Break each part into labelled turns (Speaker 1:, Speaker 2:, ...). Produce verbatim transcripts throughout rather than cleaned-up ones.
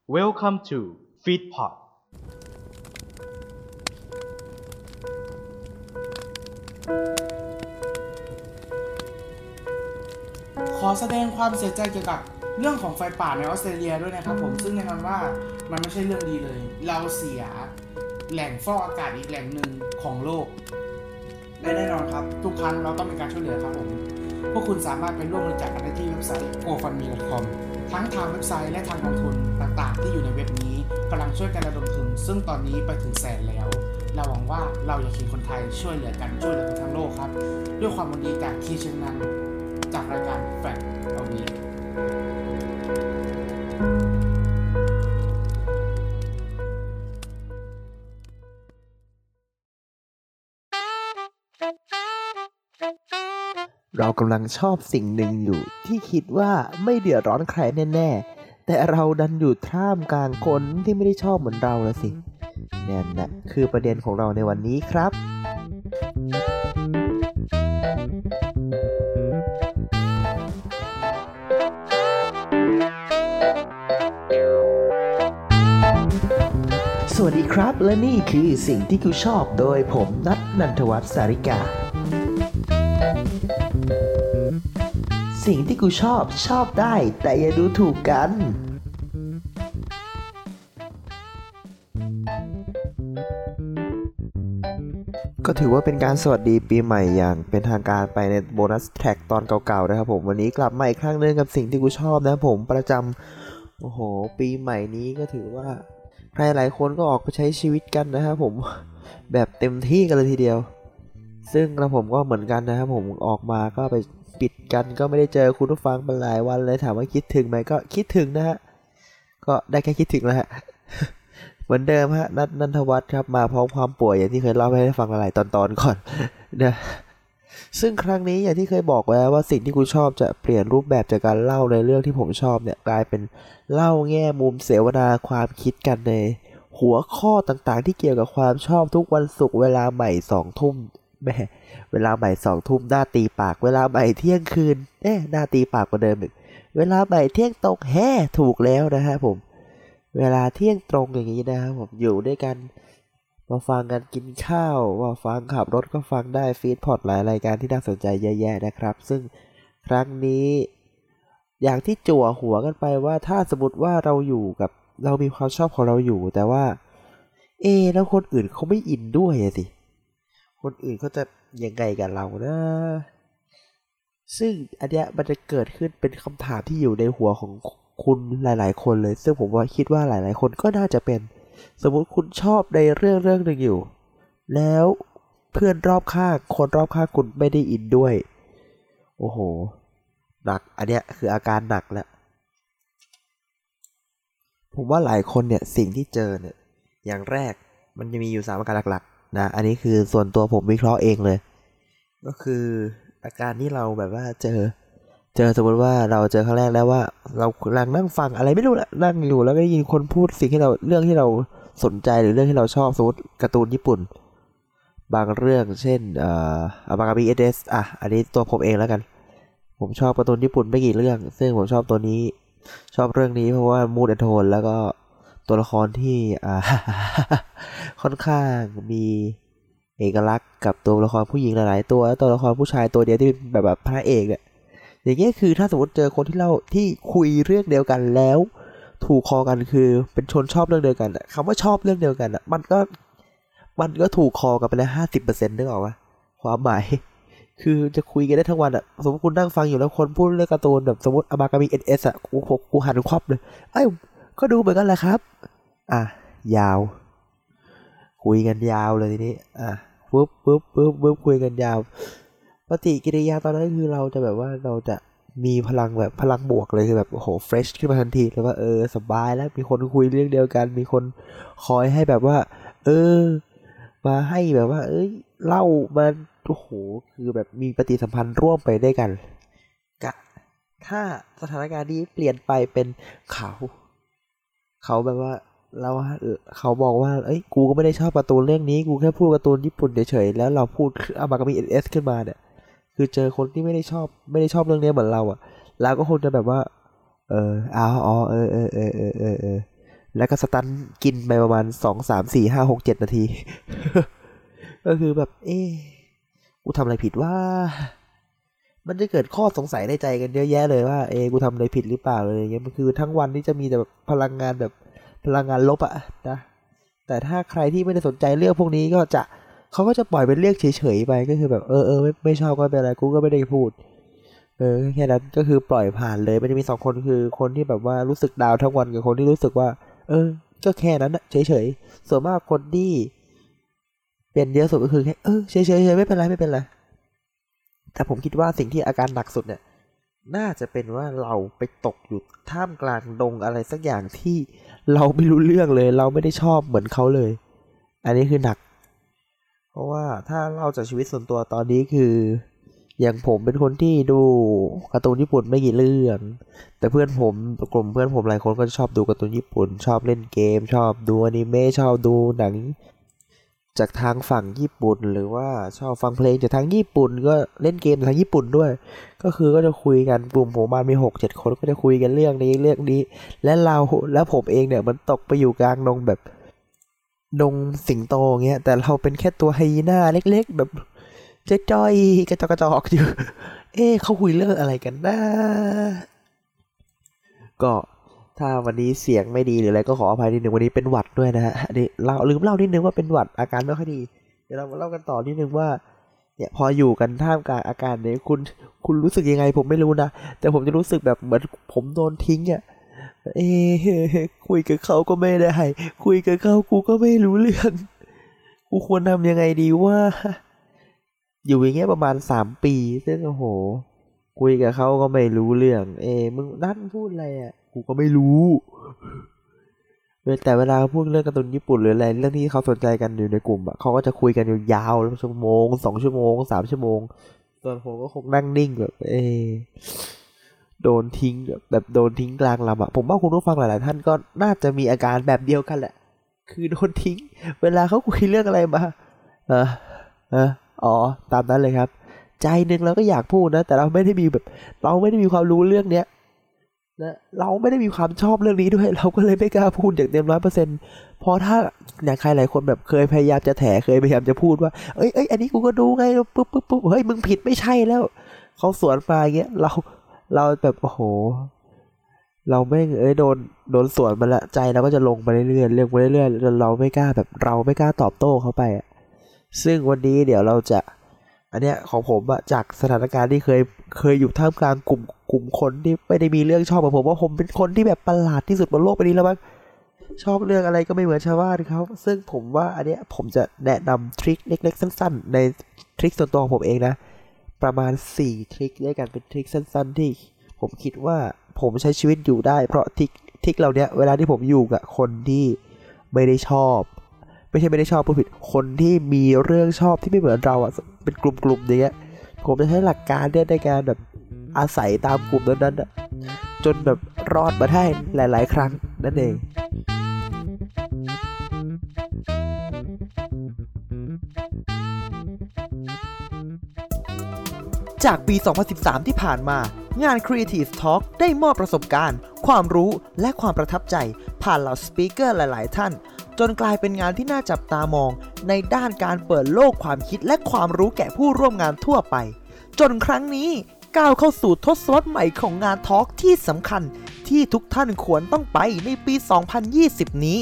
Speaker 1: Welcome to Feedpot
Speaker 2: ขอแสดงความเสียใจเกี่ยวกับเรื่องของไฟป่าในออสเตรเลียด้วยนะครับผมซึ่งแน่นอนว่ามันไม่ใช่เรื่องดีเลยเราเสียแหล่งฟอกอากาศอีกแหล่งหนึ่งของโลกและแน่นอนครับทุกครั้งเราต้องมีการช่วยเหลือครับผมพวกคุณสามารถไปร่วมบริจาคกันได้ที่เว็บไซต์ โกฟันมี ดอท คอม ทั้งทางเว็บไซต์และทางกองทุนต่างๆที่อยู่ในเว็บนี้กำลังช่วยกันระดมทุนซึ่งตอนนี้ไปถึงแสนแล้วเราหวังว่าเราอยากเห็นคนไทยช่วยเหลือกันช่วยเหลือกันทั้งโลกครับด้วยความหวังดีจากคีเชนนันจากรายการแฟกต์เอาวี
Speaker 3: เรากำลังชอบสิ่งหนึ่งอยู่ที่คิดว่าไม่เดือดร้อนใครแน่ๆแต่เราดันอยู่ท่ามกลางคนที่ไม่ได้ชอบเหมือนเราละสินั่นนะคือประเด็นของเราในวันนี้ครับสวัสดีครับและนี่คือสิ่งที่กูชอบโดยผมนัท นันทวัฒน์ สาริกาสิ่งที่กูชอบชอบได้แต่อย่าดูถูกกันก็ถือว่าเป็นการสวัสดีปีใหม่อย่างเป็นทางการไปในโบนัสแทร็กตอนเก่าๆนะครับผมวันนี้กลับมาอีกครั้งนึงกับสิ่งที่กูชอบนะผมประจำโอ้โหปีใหม่นี้ก็ถือว่าใครหลายคนก็ออกไปใช้ชีวิตกันนะครับผมแบบเต็มที่กันเลยทีเดียวซึ่งกระผมก็เหมือนกันนะครับผมออกมาก็ไปปิดกันก็ไม่ได้เจอคุณผู้ฟังเป็นหลายวันเลยถามว่าคิดถึงไหมก็คิดถึงนะฮะก็ได้แค่คิดถึงแล้วฮะ เหมือนเดิมฮะนัท นันทวัฒน์ครับมาพร้อมความป่วยอย่างที่เคยเล่าให้ฟังหลายตอนๆก่อนนะซึ่งครั้งนี้อย่างที่เคยบอกไว้ว่าสิ่งที่กูชอบจะเปลี่ยนรูปแบบจากการเล่าในเรื่องที่ผมชอบเนี่ยกลายเป็นเล่าแง่มุมเสวนาความคิดกันในหัวข้อต่างๆที่เกี่ยวกับความชอบทุกวันศุกร์เวลาใหม่สองทุ่มแม่เวลาใหม่สองทุ่มหน้าตีปากเวลาใหม่เที่ยงคืนเอ๊ะหน้าตีปากกว่าเดิมอีกเวลาใหม่เที่ยงตรงแฮ่ถูกแล้วนะฮะผมเวลาเที่ยงตรงอย่างนี้นะครับผมอยู่ด้วยกันมาฟังกันกินข้าวมาฟังขับรถก็ฟังได้ฟีดพอดหลายรายการที่น่าสนใจเยอะแยะนะครับซึ่งครั้งนี้อย่างที่จั่วหัวกันไปว่าถ้าสมมติว่าเราอยู่กับเรามีความชอบของเราอยู่แต่ว่าเอแล้วคนอื่นเขาไม่อินด้วยสิคนอื่นเขาจะยังไงกับเรานะซึ่งอันเนี้ยมันจะเกิดขึ้นเป็นคำถามที่อยู่ในหัวของคุณหลายๆคนเลยซึ่งผมว่าคิดว่าหลายๆคนก็น่าจะเป็นสมมุติคุณชอบในเรื่องเรื่องหนึ่งอยู่แล้วเพื่อนรอบข้างคนรอบข้างคุณไม่ได้อินด้วยโอ้โหหนักอันเนี้ยคืออาการหนักแล้วผมว่าหลายคนเนี่ยสิ่งที่เจอเนี่ยอย่างแรกมันจะมีอยู่สามอาการหลักๆนะอันนี้คือส่วนตัวผมวิเคราะห์เองเลยก็คืออาการที่เราแบบว่าเจอเจอสมมติว่าเราเจอครั้งแรกแล้วว่าเรากำลังนั่งฟังอะไรไม่รู้แหละนั่งอยู่แล้วก็ได้ยินคนพูดสิ่งที่เราเรื่องที่เราสนใจหรือเรื่องที่เราชอบสมมติการ์ตูนญี่ปุ่นบางเรื่องเช่นเอ่ออามากามิเอเดสอ่ะอันนี้ตัวผมเองแล้วกันผมชอบการ์ตูนญี่ปุ่นไม่กี่เรื่องซึ่งผมชอบตัวนี้ชอบเรื่องนี้เพราะว่ามูดแอนโทนแล้วก็ตัวละครที่อ่า ค่อนข้างมีเอกลักษณ์กับตัวละครผู้หญิงหลายๆตัวแล้วตัวละครผู้ชายตัวเดียวที่เป็นแบบแบบพระเอกเนี่ยอย่างเงี้ยคือถ้าสมมติเจอคนที่เล่าที่คุยเรื่องเดียวกันแล้วถูกคอกันคือเป็นชนชอบเรื่องเดียวกันอ่ะคำว่าชอบเรื่องเดียวกันอ่ะมันก็มันก็ถูกคอกันไปแล้ว ห้าสิบเปอร์เซ็นต์ นึกออกป่ะความหมายคือจะคุยกันได้ทั้งวันอ่ะสมมติคุณนั่งฟังอยู่แล้วคนพูดเรื่องการ์ตูนแบบสมมติอามากามิ เอส เอส อ่ะกูกูหันควับเลยเอ้ยก็ดูเหมือนกันแหละครับอ่ะยาวคุยกันยาวเลยทีนี้อ่ะปึ๊บปึ๊บปึ๊บปึ๊บคุยกันยาวปฏิกิริยาตอนนั้นคือเราจะแบบว่าเราจะมีพลังแบบพลังบวกเลยคือแบบโอ้โหเฟรชขึ้นมาทันทีเลยว่าเออสบายแล้วมีคนคุยเรื่องเดียวกันมีคนคอยให้แบบว่าเออมาให้แบบว่าเอ้ยเล่ามันโอ้โหคือแบบมีปฏิสัมพันธ์ร่วมไปได้กันกะถ้าสถานการณ์นี้เปลี่ยนไปเป็นเขาเขาแบบว่าเราเขาบอกว่าเอ้ยกูก็ไม่ได้ชอบการ์ตูนเรื่องนี้กูแค่พูดการ์ตูนญี่ปุ่นเฉยๆแล้วเราพูดอามากามิ เอส เอส ขึ้นมาเนี่ยคือเจอคนที่ไม่ได้ชอบไม่ได้ชอบเรื่องนี้เหมือนเราอ่ะเราก็คงจะแบบว่าเอออ๋ออ๋อเออเออเออเออเออแล้วก็สตันกินไปประมาณสองสามสี่ห้าหกเจ็ดนาที ก็คือแบบเอ๊ะกูทำอะไรผิดว่ามันจะเกิดข้อสงสัยในใจกันเยอะแยะเลยว่าเอ๊ะกูทำอะไรผิดหรือเปล่าเลยอย่างเงี้ยมันคือทั้งวันที่จะมีแต่แบบพลังงานแบบพลังงานลบอะนะแต่ถ้าใครที่ไม่ได้สนใจเรื่องพวกนี้ก็จะเขาก็จะปล่อยเป็นเรื่องเฉยๆไปก็คือแบบเออเออไม่ไม่ชอบก็ไม่เป็นไรกูก็ไม่ได้พูดเออแค่นั้นก็คือปล่อยผ่านเลยมันจะมีสองคนคือคนที่แบบว่ารู้สึกดาวทั้งวันกับคนที่รู้สึกว่าเออก็แค่นั้นนะเฉยๆส่วนมากคนที่เป็นเยอะสุดก็คือแค่เออเฉยๆไม่เป็นไรไม่เป็นไรแต่ผมคิดว่าสิ่งที่อาการหนักสุดเนี่ยน่าจะเป็นว่าเราไปตกอยู่ท่ามกลางดงอะไรสักอย่างที่เราไม่รู้เรื่องเลยเราไม่ได้ชอบเหมือนเขาเลยอันนี้คือหนักเพราะว่าถ้าเราจากชีวิตส่วนตัวตอนนี้คืออย่างผมเป็นคนที่ดูการ์ตูนญี่ปุ่นไม่กี่เรื่องแต่เพื่อนผมกลุ่มเพื่อนผมหลายคนก็ชอบดูการ์ตูนญี่ปุ่นชอบเล่นเกมชอบดูอนิเมะชอบดูหนังจากทางฝั่งญี่ปุ่นหรือว่าชอบฟังเพลงจากทางญี่ปุ่นก็เล่นเกมทางญี่ปุ่นด้วยก็คือก็จะคุยกันกลุ่มผมมามี หกเจ็ด คนก็จะคุยกันเรื่องนี้เรื่องนี้และเราแล้วผมเองเนี่ยมันตกไปอยู่กลางดงแบบดงสิงโตเงี้ยแต่เราเป็นแค่ตัวไฮยีน่าเล็กๆแบบจ้อยๆกระจอกกระจอกอยู่เอ๊ะเขาคุยเรื่องอะไรกันนะก็ถ้าวันนี้เสียงไม่ดีหรืออะไรก็ขออภัยนิดนึงวันนี้เป็นหวัดด้วยนะฮะนี่เราลืมเล่านิดนึงว่าเป็นหวัดอาการไม่ค่อยดีเดี๋ยวเรามาเล่ากันต่อนิดนึงว่าเนี่ยพออยู่กันท่ามกลางอาการนี้คุณคุณรู้สึกยังไงผมไม่รู้นะแต่ผมจะรู้สึกแบบเหมือนผมโดนทิ้งอ่ะเอ๊ะคุยกับเขาก็ไม่ได้คุยกับเขากูก็ไม่รู้เรื่องกูควรทำยังไงดีว่าอยู่อย่างเงี้ยประมาณสามปีซึ่งโอ้โหคุยกับเขาก็ไม่รู้เรื่องเอ๊ะมึงนั่นพูดอะไรอ่ะกูก็ไม่รู้แต่เวลาพูดเรื่องการ์ตูนญี่ปุ่นหรืออะไรเรื่องที่เขาสนใจกันอยู่ในกลุ่มอ่ะเขาก็จะคุยกันยาวๆชั่วโมงสองชั่วโมงสามชั่วโมงส่วนผมก็คงนั่งนิ่งแบบเอ๊ะโดนทิ้งแบบโดนทิ้งกลางลำอ่ะผมว่าคุณผู้ฟังหลายๆท่านก็น่าจะมีอาการแบบเดียวกันแหละคือโดนทิ้งเวลาเขาคุยเรื่องอะไรมาเออเอออ๋อตามนั้นเลยครับใจนึงเราก็อยากพูดนะแต่เราไม่ได้มีแบบเราไม่ได้มีความรู้เรื่องเนี้ยนะเราไม่ได้มีความชอบเรื่องนี้ด้วยเราก็เลยไม่กล้าพูดอย่างเต็มร้อยเปอร์เซ็นต์เพราะถ้าอย่างใครหลายคนแบบเคยพยายามจะแถเคยพยายามจะพูดว่าเอ้ยเอ้ยอันนี้กูก็ดูไงปุ๊บปุ๊บปุ๊บเฮ้ยมึงผิดไม่ใช่แล้วเขาสวนมาอย่างเงี้ยเราเราแบบโอ้โหเราไม่เอ้ยโดนโดนสวนมาละใจเราก็จะลงไปเรื่อยๆเรื่องไปเรื่อยๆจนเราไม่กล้าแบบเราไม่กล้าตอบโต้เขาไปอ่ะซึ่งวันนี้เดี๋ยวเราจะอันเนี้ยของผมอะจากสถานการณ์ที่เคยเคยอยู่ท่ามกลางกลุ่มกลุ่มคนที่ไม่ได้มีเรื่องชอบกับผมว่าผมเป็นคนที่แบบประหลาดที่สุดบนโลกใบนี้แล้วมั้งชอบเรื่องอะไรก็ไม่เหมือนชาวบ้านเขาซึ่งผมว่าอันเนี้ยผมจะแนะนำทริคเล็กๆสั้นๆในทริคส่วนตัวของผมเองนะประมาณสี่ทริคด้วยกันเป็นทริคสั้นๆที่ผมคิดว่าผมใช้ชีวิตอยู่ได้เพราะทริคทริคเหล่านี้เวลาที่ผมอยู่กับคนที่ไม่ได้ชอบไม่ใช่ไม่ได้ชอบผู้ผิดคนที่มีเรื่องชอบที่ไม่เหมือนเราอ่ะเป็นกลุ่มๆอย่างเงี้ยผมจะใช้หลักการเนี่ยในการแบบอาศัยตามกลุ่มนั้นๆจนแบบรอดมาได้หลายๆครั้งนั่นเองจากปี สองพันสิบสาม ที่ผ่านมางาน Creative Talk ได้มอบประสบการณ์ความรู้และความประทับใจผ่านเหล่าสปีกเกอร์หลายๆท่านจนกลายเป็นงานที่น่าจับตามองในด้านการเปิดโลกความคิดและความรู้แก่ผู้ร่วมงานทั่วไปจนครั้งนี้ก้าวเข้าสู่ทศวรรษใหม่ของงานทอล์กที่สำคัญที่ทุกท่านควรต้องไปในปี สองพันยี่สิบ นี้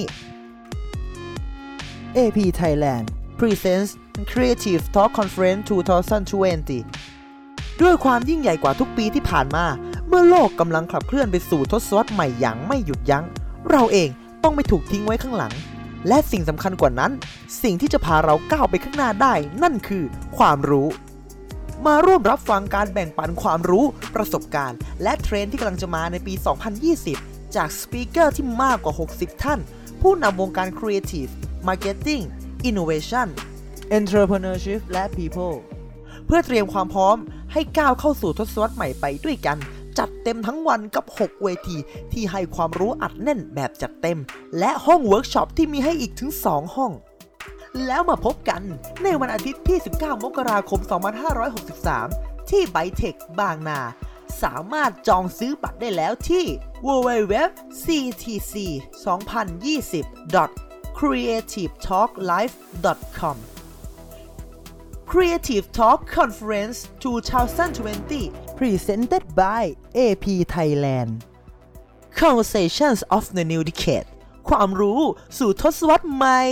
Speaker 3: เอ พี Thailand Presents Creative Talk Conference สองพันยี่สิบด้วยความยิ่งใหญ่กว่าทุกปีที่ผ่านมาเมื่อโลกกำลังขับเคลื่อนไปสู่ทศวรรษใหม่อย่างไม่หยุดยั้งเราเองต้องไม่ถูกทิ้งไว้ข้างหลังและสิ่งสำคัญกว่านั้นสิ่งที่จะพาเราก้าวไปข้างหน้าได้นั่นคือความรู้มาร่วมรับฟังการแบ่งปันความรู้ประสบการณ์และเทรนด์ที่กำลังจะมาในปี สองพันยี่สิบ จากสปีกเกอร์ที่มากกว่า หกสิบ ท่านผู้นำวงการ Creative Marketing Innovation Entrepreneurship และ People เพื่อเตรียมความพร้อมให้ก้าวเข้าสู่ทศวรรษใหม่ไปด้วยกันจัดเต็มทั้งวันกับหกเวทีที่ให้ความรู้อัดแน่นแบบจัดเต็มและห้องเวิร์กช็อปที่มีให้อีกถึงสองห้องแล้วมาพบกันในวันอาทิตย์ที่สิบเก้ามกราคมสองพันห้าร้อยหกสิบสามที่ไบเทคบางนา
Speaker 4: สามารถจองซื้อบัตรได้แล้วที่ ดับเบิลยู ดับเบิลยู ดับเบิลยู ดอท ซี ที ซี สองพันยี่สิบ ดอท ครีเอทีฟทอล์กไลฟ์ ดอท คอม Creative Talk Conference twenty twenty Presented by เอ พี Thailand Conversations of the New Decade ความรู้สู่ทศวรรษใหม่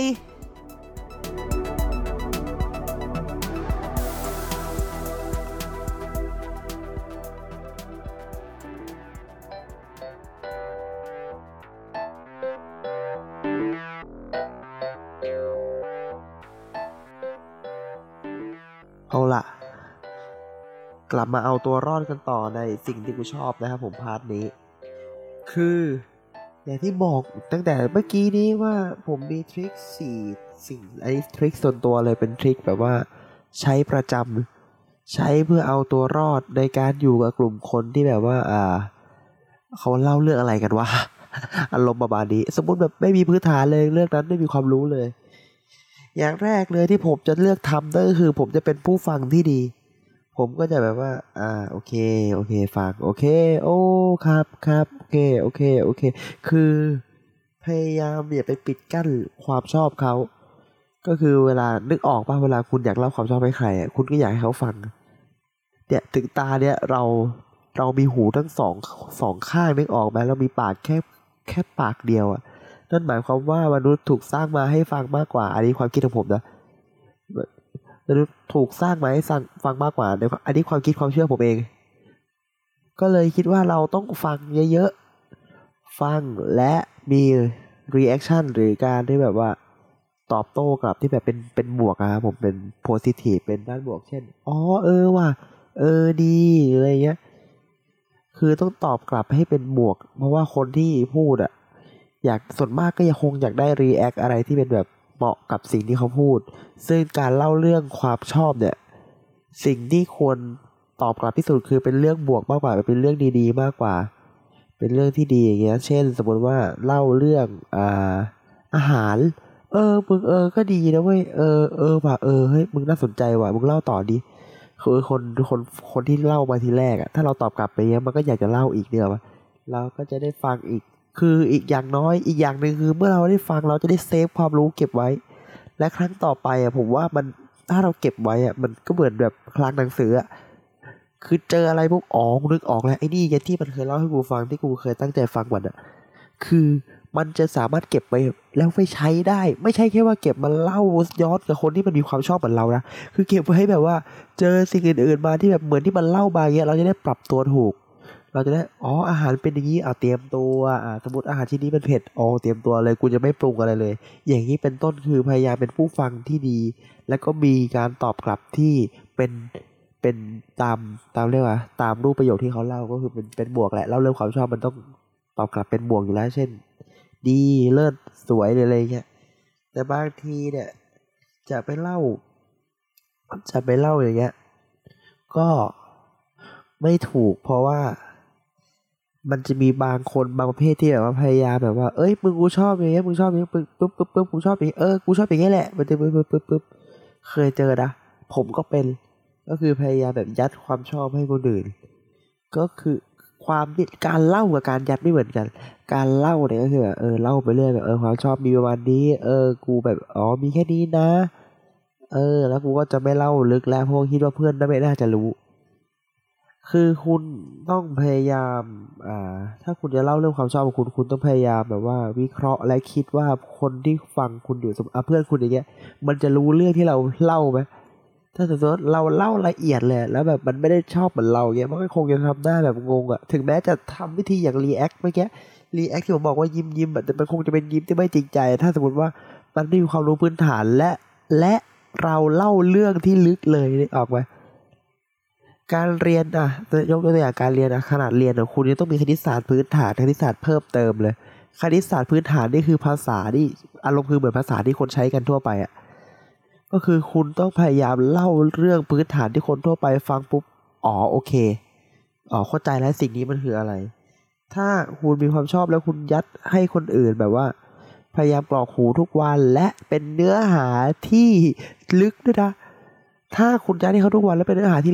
Speaker 3: เอาล่ะกลับมาเอาตัวรอดกันต่อในสิ่งที่กูชอบนะครับผมพาร์ทนี้คืออย่างที่บอกตั้งแต่เมื่อกี้นี้ว่าผมมีทริคสี่สิ่งไอ้ทริคส่วนตัวเลยเป็นทริคแบบว่าใช้ประจำใช้เพื่อเอาตัวรอดในการอยู่กับกลุ่มคนที่แบบว่าอ่าเขาเล่าเรื่องอะไรกันวะ อารมณ์ประมาณนี้สมมติแบบไม่มีพื้นฐานเลยเรื่องนั้นไม่มีความรู้เลยอย่างแรกเลยที่ผมจะเลือกทำนั่นก็คือผมจะเป็นผู้ฟังที่ดีผมก็จะแบบว่าอ่าโอเคโอเคฟังโอเคโอ้ครับครับโอเคโอเคโอเคคือพยายามอย่าไปปิดกั้นความชอบเขาก็คือเวลานึกออกป่ะเวลาคุณอยากเล่าความชอบให้ใครอ่ะคุณก็อยากให้เขาฟังเนี่ยถึงตาเนี่ยเราเรามีหูทั้งสองสองข้างนึกออกไหมเรามีปากแค่แค่ปากเดียวอ่ะนั่นหมายความว่ามนุษย์ถูกสร้างมาให้ฟังมากกว่าอันนี้ความคิดของผมนะมนุษย์ถูกสร้างมาให้ฟังฟังมากกว่าอันนี้ความคิดความเชื่อผมเองก็เลยคิดว่าเราต้องฟังเยอะๆฟังและมี reaction หรือการที่แบบว่าตอบโต้กลับที่แบบเป็นเป็นบวกอะครับผมเป็น positive เป็นด้านบวกเช่นอ๋อเออว่ะเออดีอะไรเงี้ยคือต้องตอบกลับให้เป็นบวกเพราะว่าคนที่พูดอะอยากส่วนมากก็ยังคงอยากได้ react อะไรที่เป็นแบบเหมาะกับสิ่งที่เขาพูดซึ่งการเล่าเรื่องความชอบเนี่ยสิ่งที่ควรตอบกลับที่สุดคือเป็นเรื่องบวกมากกว่าเป็นเรื่องดีๆมากกว่าเป็นเรื่องที่ดีอย่างเงี้ยเช่นสมมติว่าเล่าเรื่องอ่าอาหารเออมึงเออก็ดีนะเว้ยเออเออว่ะเออเฮ้ยมึงน่าสนใจว่ะมึงเล่าต่อดิคือคนคนคนที่เล่ามาทีแรกอะถ้าเราตอบกลับไปเงี้ยมันก็อยากจะเล่าอีกเดียวเราก็จะได้ฟังอีกคืออีกอย่างน้อยอีกอย่างหนึ่งคือเมื่อเราได้ฟังเราจะได้เซฟความรู้เก็บไว้และครั้งต่อไปอ่ะผมว่ามันถ้าเราเก็บไว้อ่ะมันก็เหมือนแบบคลังหนังสืออ่ะคือเจออะไรพวกอ๋อนึกออกแล้วไอ้นี่ไงที่มันเคยเล่าให้กูฟังที่กูเคยตั้งใจฟังมันอ่ะคือมันจะสามารถเก็บไปแล้วไปใช้ได้ไม่ใช่แค่ว่าเก็บมาเล่าย้อนกับคนที่มันมีความชอบเหมือนเรานะคือเก็บไว้ให้แบบว่าเจอสิ่งอื่นๆมาที่แบบเหมือนที่มันเล่ามาเงี้ยเราจะได้ปรับตัวถูกเราจะได้อ๋ออาหารเป็นอย่างนี้อ่ะเตรียมตัวอ่ะสมมติอาหารที่นี้เป็นเผ็ดอ๋อเตรียมตัวเลยกูจะไม่ปรุงอะไรเลยอย่างนี้เป็นต้นคือพยายามเป็นผู้ฟังที่ดีแล้วก็มีการตอบกลับที่เป็นเป็นตามตามเรียกว่าตามรูปประโยคที่เขาเล่าก็คือเป็นเป็นบวกแหละเล่าเรื่องความชอบมันต้องตอบกลับเป็นบวกอยู่แล้วเช่นดีเลิศสวยอะไรเงี้ยแต่บางทีเนี่ยจะไปเล่าจะไปเล่าอย่างเงี้ยก็ไม่ถูกเพราะว่ามันจะมีบางคนบางประเภทที่แบบว่าพยายามแบบว่าเอ้ยมึงกูชอบอย่างเงี้ยมึงชอบอย่างเงี้ยปึ๊บปึ๊บปึ๊บปึ๊บกูชอบอย่างเงี้ยเออกูชอบอย่างเงี้ยแหละมันจะปึ๊บปึ๊บปึ๊บปึ๊บเคยเจอนะผมก็เป็นก็คือพยายามแบบยัดความชอบให้คนอื่นก็คือความการเล่ากับการยัดไม่เหมือนกันการเล่าเนี่ยก็คือแบบเออเล่าไปเรื่อยแบบเออความชอบมีประมาณนี้เออกูแบบอ๋อมีแค่นี้นะเออแล้วกูก็จะไม่เล่าลึกแล้วเพราะคิดว่าเพื่อนไม่น่าจะรู้คือคุณต้องพยายามอ่าถ้าคุณจะเล่าเรื่องความชอบของคุณคุณต้องพยายามแบบว่าวิเคราะห์และคิดว่าคนที่ฟังคุณอยู่สมมติเพื่อนคุณอย่างเงี้ยมันจะรู้เรื่องที่เราเล่าไหมถ้าสมมติเราเล่าละเอียดเลยแล้วแบบมันไม่ได้ชอบเหมือนเราเงี้ยมันก็คงจะทำได้แบบงงอ่ะถึงแม้จะทำวิธีอย่างรีแอคเมื่อกี้รีแอคที่ผมบอกว่ายิ้มยิ้มแต่มันคงจะเป็นยิ้มที่ไม่จริงใจถ้าสมมติว่ามันไม่มีความรู้พื้นฐานและและเราเล่าเรื่องที่ลึกเลยได้ออกไหมการเรียนอ่ะยกตัวอย่างการเรียนอ่ะขนาดเรียนอ่ะคุณยังต้องมีคณิตศาสตร์พื้นฐานคณิตศาสตร์เพิ่มเติมเลยคณิตศาสตร์พื้นฐานนี่คือภาษาที่อารมณ์คือเหมือนภาษาที่คนใช้กันทั่วไปอ่ะก็คือคุณต้องพยายามเล่าเรื่องพื้นฐานที่คนทั่วไปฟังปุ๊บอ๋อโอเคอ๋อเข้าใจแล้วสิ่งนี้มันคืออะไรถ้าคุณมีความชอบแล้วคุณยัดให้คนอื่นแบบว่าพยายามกรอกหูทุกวันและเป็นเนื้อหาที่ลึกด้วยนะถ้าคุณยัดให้เขาทุกวันแล้วเป็นเนื้อหาที่ลึก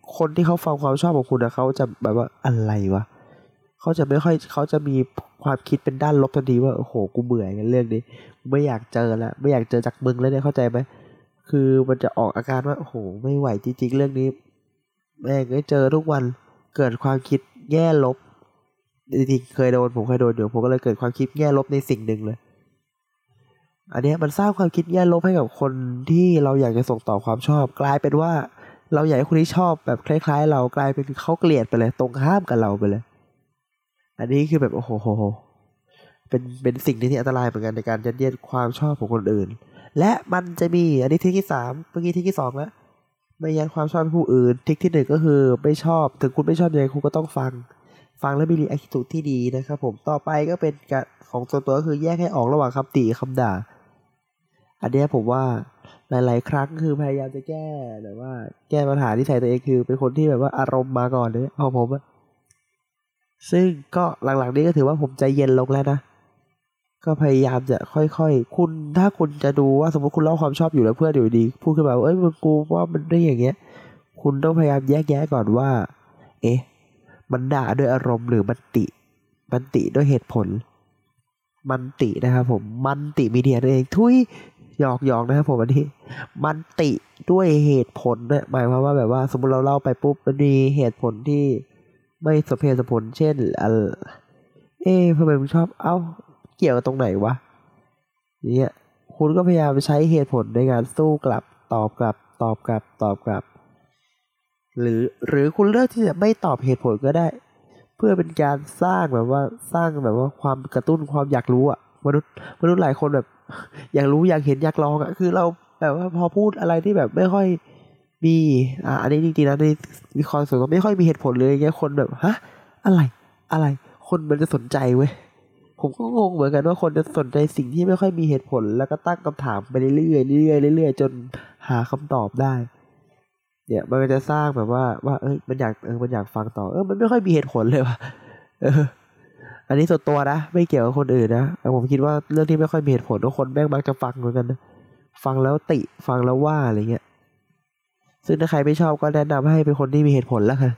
Speaker 3: คนที่เขาฟังความชอบของคุณนะเขาจะแบบว่าอะไรวะเขาจะไม่ค่อยเขาจะมีความคิดเป็นด้านลบทันทีว่าโอ้โหกูเบื่อกันเรื่องนี้กูไม่อยากเจอแล้วไม่อยากเจอจากมึงแล้วเนี่ยเข้าใจไหมคือมันจะออกอาการว่าโอ้โหไม่ไหวจริงๆเรื่องนี้แม่งก็เจอทุกวันเกิดความคิดแง่ลบจริงๆเคยโดนผมเคยโดนอยู่ผมก็เลยเกิดความคิดแง่ลบในสิ่งหนึ่งเลยอันนี้มันสร้างความคิดแง่ลบให้กับคนที่เราอยากจะส่งต่อความชอบกลายเป็นว่าเราอยากให้คนที่ชอบแบบคล้ายๆเรากลายเป็นเขาเกลียดไปเลยตรงข้ามกับเราไปเลยอันนี้คือแบบโอ้โหเป็นเป็นสิ่งที่อันตรายเหมือนกันในการยัดเยียดความชอบของคนอื่นและมันจะมีอันนี้ทริคที่สามเมื่อกี้ทริคที่สองแล้วไม่ยัดความชอบให้ผู้อื่นทริคที่หนึ่งก็คือไม่ชอบถึงคุณไม่ชอบยังไงคุณก็ต้องฟังฟังแล้วมีรีแอคชั่นที่ดีนะครับผมต่อไปก็เป็นการของตัวตัวก็คือแยกให้ออกระหว่างคำติคำด่าอันนี้ผมว่าหลายๆครั้งคือพยายามจะแก้แบบว่าแก้ปัญหาที่ใส่ตัวเองคือเป็นคนที่แบบว่าอารมณ์มาก่อนเลยของผมอะซึ่งก็หลังๆนี้ก็ถือว่าผมใจเย็นลงแล้วนะก็พยายามจะค่อยๆคุณถ้าคุณจะดูว่าสมมติคุณเล่าความชอบอยู่แล้วเพื่อนอยู่ดีพูดขึ้นมาว่าเอ้ยมึงกูว่ามันได้อย่างเงี้ยคุณต้องพยายามแยกแยะก่อนว่าเอ๊ะมันด่าด้วยอารมณ์หรือมันติมันติด้วยเหตุผลมันตินะครับผมมันติมีเดียนั่นเองทุยหยอกหยอกนะครับผมอันนี้มันติด้วยเหตุผลเนี่ยหมายความว่าแบบว่าสมมติเราเล่าไปปุ๊บมันมีเหตุผลที่ไม่สมเหตุสมผลเช่นเออเอ๊ะทำไมมึงชอบเอ้าเกี่ยวตรงไหนวะเนี่ยคุณก็พยายามใช้เหตุผลในการสู้กลับตอบกลับตอบกลับตอบกลับหรือหรือคุณเลือกที่จะไม่ตอบเหตุผลก็ได้เพื่อเป็นการสร้างแบบว่าสร้างแบบว่าความกระตุ้นความอยากรู้อ่ะมนุษย์มนุษย์หลายคนแบบอยากรู้อยากเห็นอยากลองอ่ะคือเราแบบว่าพอพูดอะไรที่แบบไม่ค่อยมีอ่าอันนี้จริงๆนะในมีคอนส่วนก็ไม่ค่อยมีเหตุผลเลยอย่างเงี้ยคนแบบฮะอะไรอะไรคนมันจะสนใจเว้ยผมก็งงเหมือนกันว่าคนจะสนใจสิ่งที่ไม่ค่อยมีเหตุผลแล้วก็ตั้งคำถามไปเรื่อยๆเรื่อยๆเรื่อยๆจนหาคำตอบได้เนี่ยมันก็จะสร้างแบบว่าว่าเอ้ยมันอยากเออมันอยากฟังต่อเออมันไม่ค่อยมีเหตุผลเลยว่ะเอออันนี้ส่วนตัวนะไม่เกี่ยวกับคนอื่นนะแต่ผมคิดว่าเรื่องที่ไม่ค่อยมีเหตุผลทุกคนแม่งมักจะฟังเหมือนกันนะฟังแล้วติฟังแล้วว่าอะไรเงี้ยซึ่งถ้าใครไม่ชอบก็แนะนำให้เป็นคนที่มีเหตุผลแล้วกัน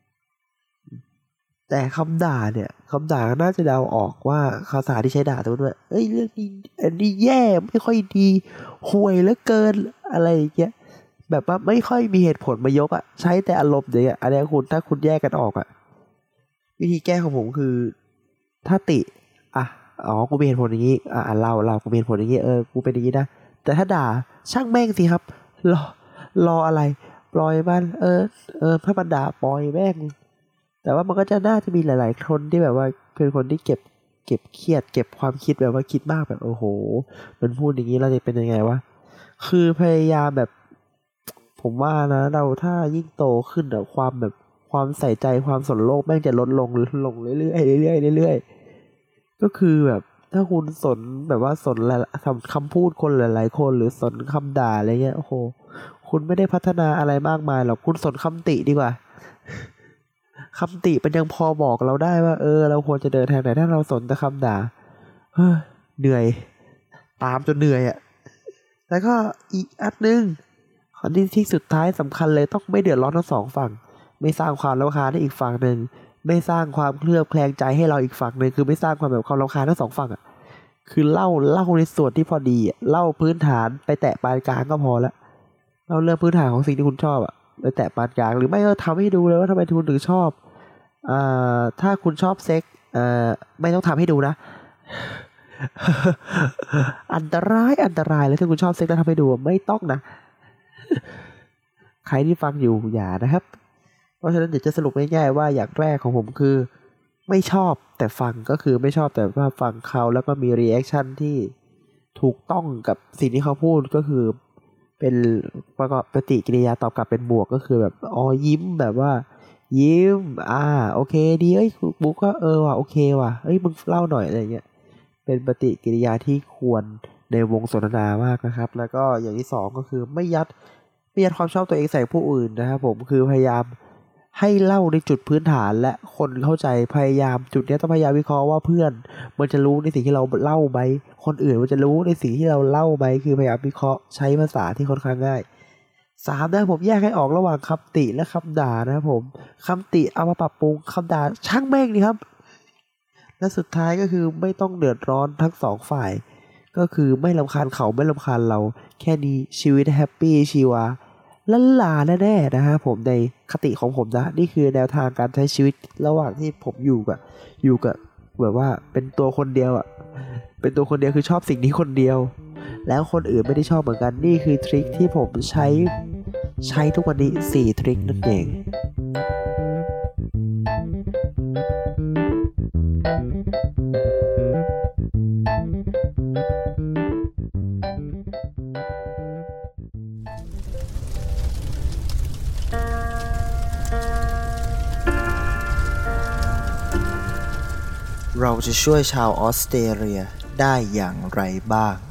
Speaker 3: แต่คำด่าเนี่ยคำด่าน่าจะเดาออกว่าภาษาที่ใช้ด่าตัวด้วยเอ้ยเรื่องนี้อันนี้แย่ไม่ค่อยดีห่วยเหลือเกินอะไรอย่างเงี้ยแบบว่าไม่ค่อยมีเหตุผลมายกอ่ะใช้แต่อารมณ์อย่างเงี้ยอันนี้คุณถ้าคุณแยกกันออกอ่ะวิธีแก้ของผมคือถ้าติอ่ะอ๋อกูมีเหตุผลอย่างงี้อ่ะเราเรากูมีเหตุผลอย่างงี้เออกูเป็นอย่างงี้นะแต่ถ้าด่าช่างแม่งสิครับรอรออะไรปล่อยมันเออเออถ้ามันด่าปล่อยแม่งแต่ว่ามันก็จะน่าจะมีหลายๆคนที่แบบว่าเป็นคนที่เก็บเก็บเครียดเก็บความคิดแบบว่าคิดมากแบบโอ้โหมันพูดอย่างนี้เราจะเป็นยังไงวะคือพยายามแบบผมว่านะเราถ้ายิ่งโตขึ้นอะความแบบความใส่ใจความสนโลกแม่งจะลดลงลงเรื่อยๆเรื่อยๆเรื่อยๆก็คือแบบถ้าคุณสนแบบว่าสนคำพูดคนหลายๆคนหรือสนคำด่าอะไรเงี้ยโอ้โหคุณไม่ได้พัฒนาอะไรมากมายหรอกคุณสนคำติดีกว่าคำติมันยังพอบอกเราได้ว่าเออเราควรจะเดินทางไหนถ้าเราสนแต่คำด่าเฮ้ยเหนื่อยตามจนเหนื่อยอ่ะแล้วก็อีกอันนึงข้อที่ที่สุดท้ายสำคัญเลยต้องไม่เดือดร้อนทั้งสองฝั่งไม่สร้างความรำคาญให้อีกฝั่งหนึ่งไม่สร้างความเคลือบแคลงใจให้เราอีกฝั่งหนึ่งคือไม่สร้างความแบบความรำคาญทั้งสองฝั่งอ่ะคือเล่าเล่าในส่วนที่พอดีอ่ะเล่าพื้นฐานไปแตะปานกลางก็พอละเล่าเรื่องพื้นฐานของสิ่งที่คุณชอบอ่ะไปแตะปานกลางหรือไม่ก็ทำให้ดูเลยว่าทำไมคุณถึงชอบอ่าถ้าคุณชอบเซ็กเอ่อไม่ต้องทำให้ดูนะ อันตรายอันตรายแล้วถ้าคุณชอบเซ็กแล้วทำให้ดูไม่ต้องนะ ใครที่ฟังอยู่อย่านะครับเพราะฉะนั้นเดี๋ยวจะสรุปง่ายๆว่าอย่างแรกของผมคือไม่ชอบแต่ฟังก็คือไม่ชอบแต่ว่าฟังเขาแล้วก็มีรีแอคชั่นที่ถูกต้องกับสิ่งที่เขาพูดก็คือเป็นประกอบปฏิกิริยาตอบกลับเป็นบวกก็คือแบบอ๋อยิ้มแบบว่ายิ้มอ่าโอเคดีเอ้ยบุ๊กก็เออว่ะโอเคว่ะเอ้ยมึงเล่าหน่อยอะไรเงี้ยเป็นปฏิกิริยาที่ควรในวงสนทนามากนะครับแล้วก็อย่างที่สองก็คือไม่ยัดไม่ยัดความชอบตัวเองใส่ผู้อื่นนะครับผมคือพยายามให้เล่าในจุดพื้นฐานและคนเข้าใจพยายามจุดนี้ต้องพยายามวิเคราะห์ว่าเพื่อนมันจะรู้ในสิ่งที่เราเล่าไหมคนอื่นมันจะรู้ในสิ่งที่เราเล่าไหมคือพยายามวิเคราะห์ใช้ภาษาที่ค่อนข้างง่ายสามนะผมแยกให้ออกระหว่างคำติและคำด่านะครับผมคำติเอามาปรับปรุงคำด่าช่างแม่งดีครับและสุดท้ายก็คือไม่ต้องเดือดร้อนทั้งสองฝ่ายก็คือไม่รำคาญเขาไม่รำคาญเราแค่นี้ชีวิตแฮปปี้ชีวาละลาแน่ๆนะฮะผมในคติของผมนะนี่คือแนวทางการใช้ชีวิตระหว่างที่ผมอยู่กับอยู่กับแบบว่าเป็นตัวคนเดียวอ่ะเป็นตัวคนเดียวคือชอบสิ่งนี้คนเดียวแล้วคนอื่นไม่ได้ชอบเหมือนกันนี่คือทริคที่ผมใช้ใช้ทุกวันนี้สี่ทริคนั่นเองเราจะช่วยชาวออสเตรเลียได้อย่างไรบ้าง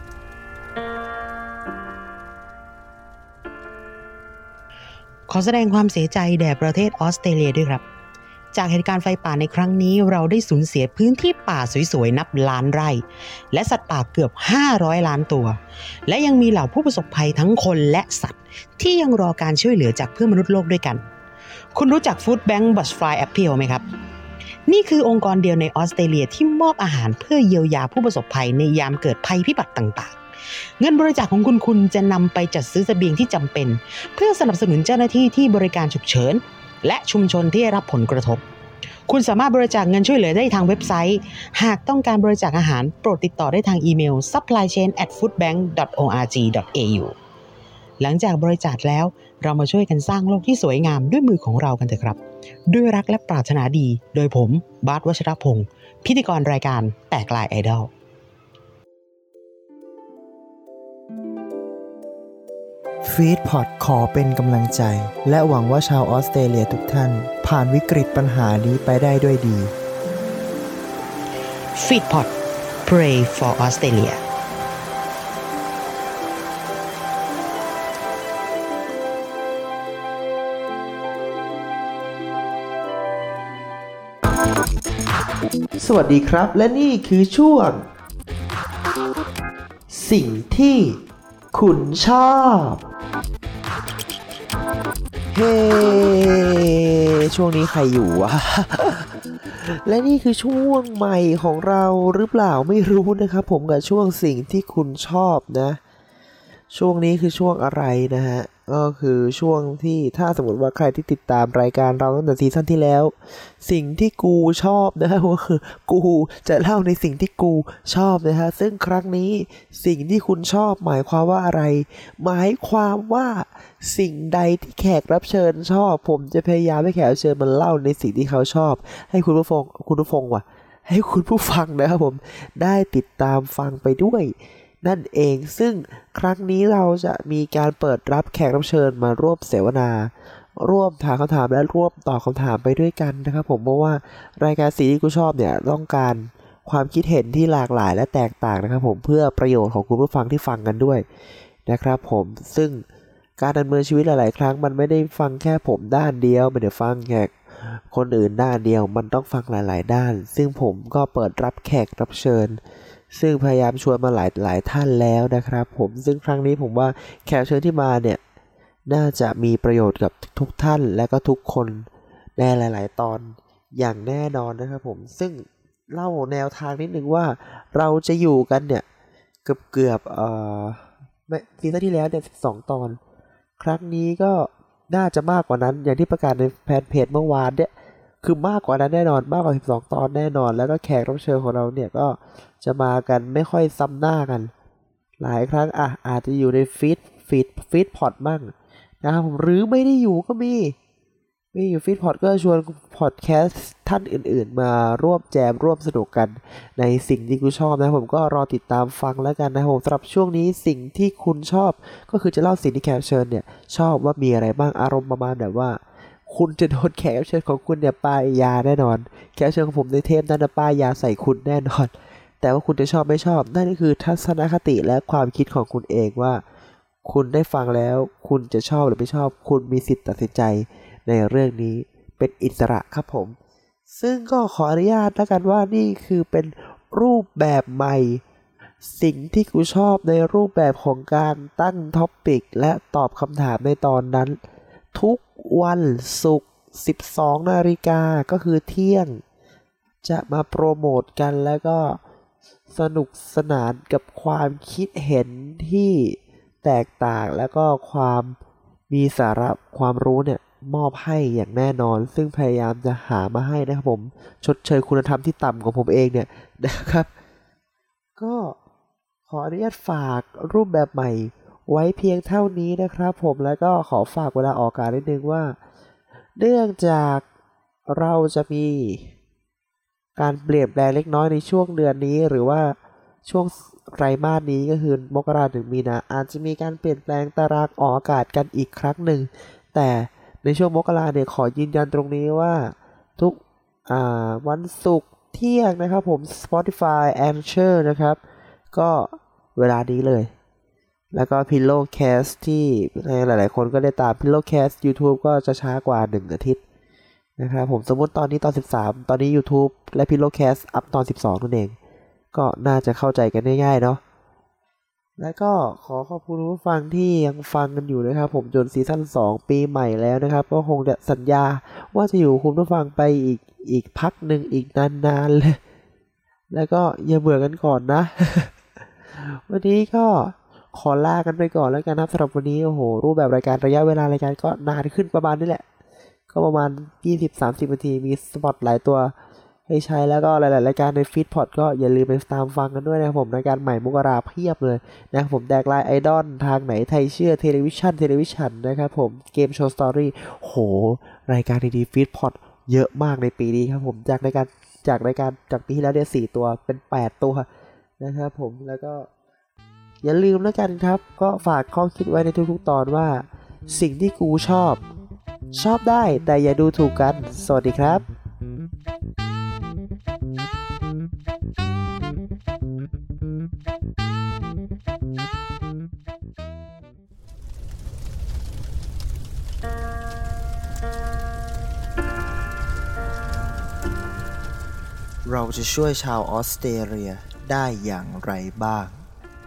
Speaker 5: ขอแสดงความเสียใจแด่ประเทศออสเตรเลียด้วยครับจากเหตุการณ์ไฟป่าในครั้งนี้เราได้สูญเสียพื้นที่ป่าสวยๆนับล้านไร่และสัตว์ป่าเกือบห้าร้อยล้านตัวและยังมีเหล่าผู้ประสบภัยทั้งคนและสัตว์ที่ยังรอการช่วยเหลือจากเพื่อนมนุษย์โลกด้วยกันคุณรู้จัก Food Bank Butterfly Appeal ไหมครับนี่คือองค์กรเดียวในออสเตรเลียที่มอบอาหารเพื่อเยียวยาผู้ประสบภัยในยามเกิดภัยพิบัติต่างๆเงินบริจาคของคุณคุณจะนำไปจัดซื้อเสบียงที่จำเป็นเพื่อสนับสนุนเจ้าหน้าที่ที่บริการฉุกเฉินและชุมชนที่ได้รับผลกระทบคุณสามารถบริจาคเงินช่วยเหลือได้ทางเว็บไซต์หากต้องการบริจาคอาหารโปรดติดต่อได้ทางอีเมล ซัพพลายเชน แอท ฟู้ดแบงค์ ดอท โอ อาร์ จี ดอท เอ ยู หลังจากบริจาคแล้วเรามาช่วยกันสร้างโลกที่สวยงามด้วยมือของเรากันเถอะครับด้วยรักและปรารถนาดีโดยผมบาส วชรพงศ์พิธีกรรายการแตกลายไอดอล
Speaker 3: ฟีดพอดขอเป็นกำลังใจและหวังว่าชาวออสเตรเลียทุกท่านผ่านวิกฤตปัญหานี้ไปได้ด้วยดี
Speaker 5: Feedpot Pray for Australia
Speaker 3: สวัสดีครับและนี่คือช่วงสิ่งที่คุณชอบเฮ้ hey, ช่วงนี้ใครอยู่วะ และนี่คือช่วงใหม่ของเราหรือเปล่าไม่รู้นะครับผมกับช่วงสิ่งที่คุณชอบนะช่วงนี้คือช่วงอะไรนะฮะก็คือช่วงที่ถ้าสมมติว่าใครที่ติดตามรายการเราตั้งแต่ซีซั่นที่แล้วสิ่งที่กูชอบนะฮะก็คือกูจะเล่าในสิ่งที่กูชอบนะฮะซึ่งครั้งนี้สิ่งที่คุณชอบหมายความว่าอะไรหมายความว่าสิ่งใดที่แขกรับเชิญชอบผมจะพยายามให้แขกรับเชิญมันเล่าในสิ่งที่เขาชอบให้คุณผู้ฟังคุณผู้ฟังว่ะให้คุณผู้ฟังนะครับผมได้ติดตามฟังไปด้วยนั่นเองซึ่งครั้งนี้เราจะมีการเปิดรับแขกรับเชิญมาร่วมเสวนาร่วมถามคำถามและร่วมตอบคำถามไปด้วยกันนะครับผมเพราะว่ารายการสิ่งที่กูชอบเนี่ยต้องการความคิดเห็นที่หลากหลายและแตกต่างนะครับผมเพื่อประโยชน์ของคุณผู้ฟังที่ฟังกันด้วยนะครับผมซึ่งการดำเนินชีวิตหลายๆครั้งมันไม่ได้ฟังแค่ผมด้านเดียวไม่ได้ฟังแค่คนอื่นด้านเดียวมันต้องฟังหลายๆด้านซึ่งผมก็เปิดรับแขกรับเชิญซึ่งพยายามชวนมาหลายหลายท่านแล้วนะครับผมซึ่งครั้งนี้ผมว่าแขกรับเชิญที่มาเนี่ยน่าจะมีประโยชน์กับทุกท่านและก็ทุกคนในหลายๆตอนอย่างแน่นอนนะครับผมซึ่งเล่าแนวทางนิดนึงว่าเราจะอยู่กันเนี่ยเกือบเกือบเอ่อซีซั่นที่แล้วเนี่ยสิบสองตอนครั้งนี้ก็น่าจะมากกว่านั้นอย่างที่ประกาศในแฟนเพจเมื่อวานเนี่ยคือมากกว่านั้นแน่นอนมากกว่าสิบสองตอนแน่นอนแล้วก็แขกรับเชิญของเราเนี่ยก็จะมากันไม่ค่อยซ้ำหน้ากันหลายครั้งอ่ะอาจจะอยู่ในฟีดฟีดฟีดพอดบ้างนะครับผมหรือไม่ได้อยู่ก็มีไม่อยู่ฟีดพอดก็ชวนพอดแคสต์ท่านอื่นๆมาร่วมแจมร่วมสนุกกันในสิ่งที่กูชอบนะผมก็รอติดตามฟังแล้วกันนะผมสำหรับช่วงนี้สิ่งที่คุณชอบก็คือจะเล่าสิ่งที่แขกรับเชิญเนี่ยชอบว่ามีอะไรบ้างอารมณ์ประมาณแบบว่าคุณจะโดนแขกรับเชิญของคุณเนี่ยป้ายยาแน่นอนแขกรับเชิญของผมในเทปนั้นนะป้ายยาใส่คุณแน่นอนแต่ว่าคุณจะชอบไม่ชอบนั่นก็คือทัศนคติและความคิดของคุณเองว่าคุณได้ฟังแล้วคุณจะชอบหรือไม่ชอบคุณมีสิทธิ์ตัดสินใจในเรื่องนี้เป็นอิสระครับผมซึ่งก็ขออนุญาตแล้วกันว่านี่คือเป็นรูปแบบใหม่สิ่งที่กูชอบในรูปแบบของการตั้งท็อปิกและตอบคำถามในตอนนั้นทุกวันศุกร์ สิบสอง นาฬิกาก็คือเที่ยงจะมาโปรโมทกันแล้วก็สนุกสนานกับความคิดเห็นที่แตกต่างแล้วก็ความมีสาระความรู้เนี่ยมอบให้อย่างแน่นอนซึ่งพยายามจะหามาให้นะครับผมชดเชยคุณธรรมที่ต่ำของผมเองเนี่ยนะครับก็ขออนุญาตฝากรูปแบบใหม่ไว้เพียงเท่านี้นะครับผมแล้วก็ขอฝากเวลาออกอากาศนิดนึงว่าเนื่องจากเราจะมีการเปลี่ยนแปลงเล็กน้อยในช่วงเดือนนี้หรือว่าช่วงไตรมาสนี้ก็คือมกราถึงมีนาอาจจะมีการเปลี่ยนแปลงตารางออกอากาศกันอีกครั้งหนึ่งแต่ในช่วงมกราเนี่ยขอยืนยันตรงนี้ว่าทุกอ่าวันศุกร์เที่ยงนะครับผม Spotify Anchor นะครับก็เวลานี้เลยแล้วก็ Pillowcast ที่หลายๆคนก็ได้ตาม Pillowcast YouTube ก็จะช้ากว่าหนึ่งอาทิตย์นะครับผมสมมุติตอนนี้ตอนสิบสามตอนนี้ YouTube และ Pillowcast อัพตอนสิบสองนั่นเองก็น่าจะเข้าใจกันง่ายๆเนาะแล้วก็ขอขอบคุณผู้ฟังที่ยังฟังกันอยู่นะครับผมจนซีซั่นสองปีใหม่แล้วนะครับก็คงจะสัญญาว่าจะอยู่คุณผู้ฟังไปอีกอีกพักหนึ่งอีกนานๆเลยแล้วก็อย่าเบื่อกันก่อนนะ วันนี้ก็ขอลากันไปก่อนแล้วกันครับสำหรับวันนี้โอ้โหรูปแบบรายการระยะเวลารายการก็นานขึ้นประมาณนี้แหละก็ประมาณ ยี่สิบถึงสามสิบ นาทีมีสปอตหลายตัวให้ใช้แล้วก็หลายๆรายการในฟีดพอดก็อย่าลืมไปตามฟังกันด้วยนะครับผมรายการใหม่มกราเพียบเลยนะครับผมแดกไลน์ไอดอลทางไหนไทยเชื่อเทเลวิชั่นเทเลวิชั่นนะครับผมเกมโชว์สตอรี่โหรายการดีๆฟีดพอดเยอะมากในปีนี้ครับผมจากรายการจากรายการจากปีที่แล้วเนี่ยสี่ตัวเป็นแปดตัวนะครับผมแล้วก็อย่าลืมแล้วกันครับก็ฝากข้อคิดไว้ในทุกๆตอนว่าสิ่งที่กูชอบชอบได้แต่อย่าดูถูกกันสวัสดีครับเราจะช่วยชาวออสเตรเลียได้อย่างไรบ้าง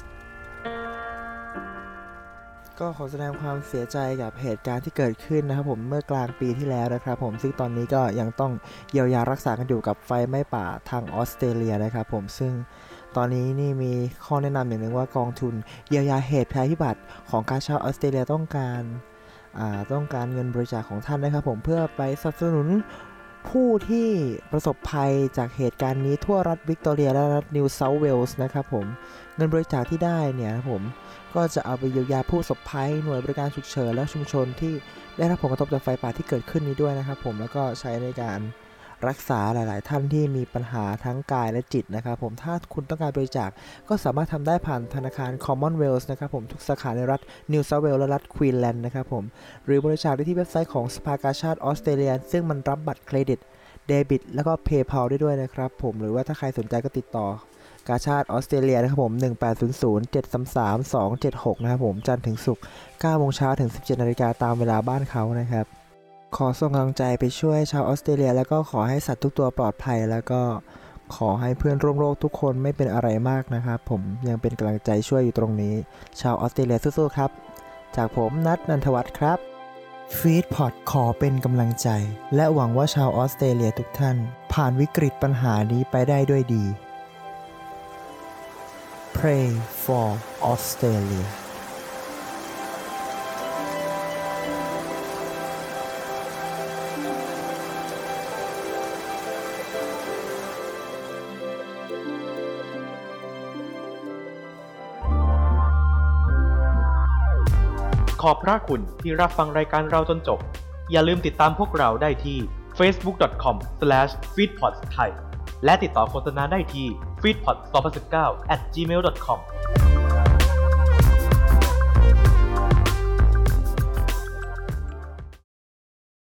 Speaker 3: ก็ขอแสดงความเสียใจกับเหตุการณ์ที่เกิดขึ้นนะครับผมเมื่อกลางปีที่แล้วนะครับผมซึ่งตอนนี้ก็ยังต้องเยียวยารักษากันอยู่กับไฟไหม้ป่าทางออสเตรเลียนะครับผมซึ่งตอนนี้นี่มีข้อแนะนำอย่างหนึ่งว่ากองทุนเยียวยาเหตุภัยพิบัติของการชาวออสเตรเลียต้องการอ่าต้องการเงินบริจาคของท่านนะครับผมเพื่อไปสนับสนุนผู้ที่ประสบภัยจากเหตุการณ์นี้ทั่วรัฐวิกตอเรียและรัฐนิวเซาท์เวลส์นะครับผมเงินบริจาคที่ได้เนี่ยนะครับผมก็จะเอาไปเยียวยาผู้ประสบภัยหน่วยบริการฉุกเฉินและชุมชนที่ได้รับผลกระทบจากไฟป่าที่เกิดขึ้นนี้ด้วยนะครับผมแล้วก็ใช้ในการรักษาหลายๆท่านที่มีปัญหาทั้งกายและจิตนะครับผมถ้าคุณต้องการบริจาคก็สามารถทำได้ผ่านธนาคาร Commonwealth นะครับผมทุกสาขาในรัฐ New South Wales และรัฐ Queensland นะครับผมหรือบริจาคได้ที่เว็บไซต์ของสภากาชาดออสเตรเลียซึ่งมันรับบัตรเครดิตเดบิตแล้วก็ PayPal ได้ด้วยนะครับผมหรือว่าถ้าใครสนใจก็ติดต่อกาชาดออสเตรเลียนะครับผมหนึ่ง แปด ศูนย์ ศูนย์ เจ็ด สาม สาม สอง เจ็ด หกนะครับผมจันทร์ถึงศุกร์ เก้าโมงเช้าถึง สิบเจ็ดนาฬิกาตามเวลาบ้านเขานะครับขอส่งกำลังใจไปช่วยชาวออสเตรเลียแล้วก็ขอให้สัตว์ทุกตัวปลอดภัยแล้วก็ขอให้เพื่อนร่วมโลกทุกคนไม่เป็นอะไรมากนะครับผมยังเป็นกำลังใจช่วยอยู่ตรงนี้ชาวออสเตรเลียสู้ๆครับจากผมนัทนันทวัฒน์ครับฟีดพอดขอเป็นกำลังใจและหวังว่าชาวออสเตรเลียทุกท่านผ่านวิกฤตปัญหานี้ไปได้ด้วยดี Pray for Australia
Speaker 1: ขอบพระคุณที่รับฟังรายการเราจนจบอย่าลืมติดตามพวกเราได้ที่ เฟซบุ๊ก ดอท คอม สแลช ฟีดพอด ไทย และติดต่อโฆษณาได้ที่ ฟีดพอด สองพันสิบเก้า แอท จีเมล ดอท คอม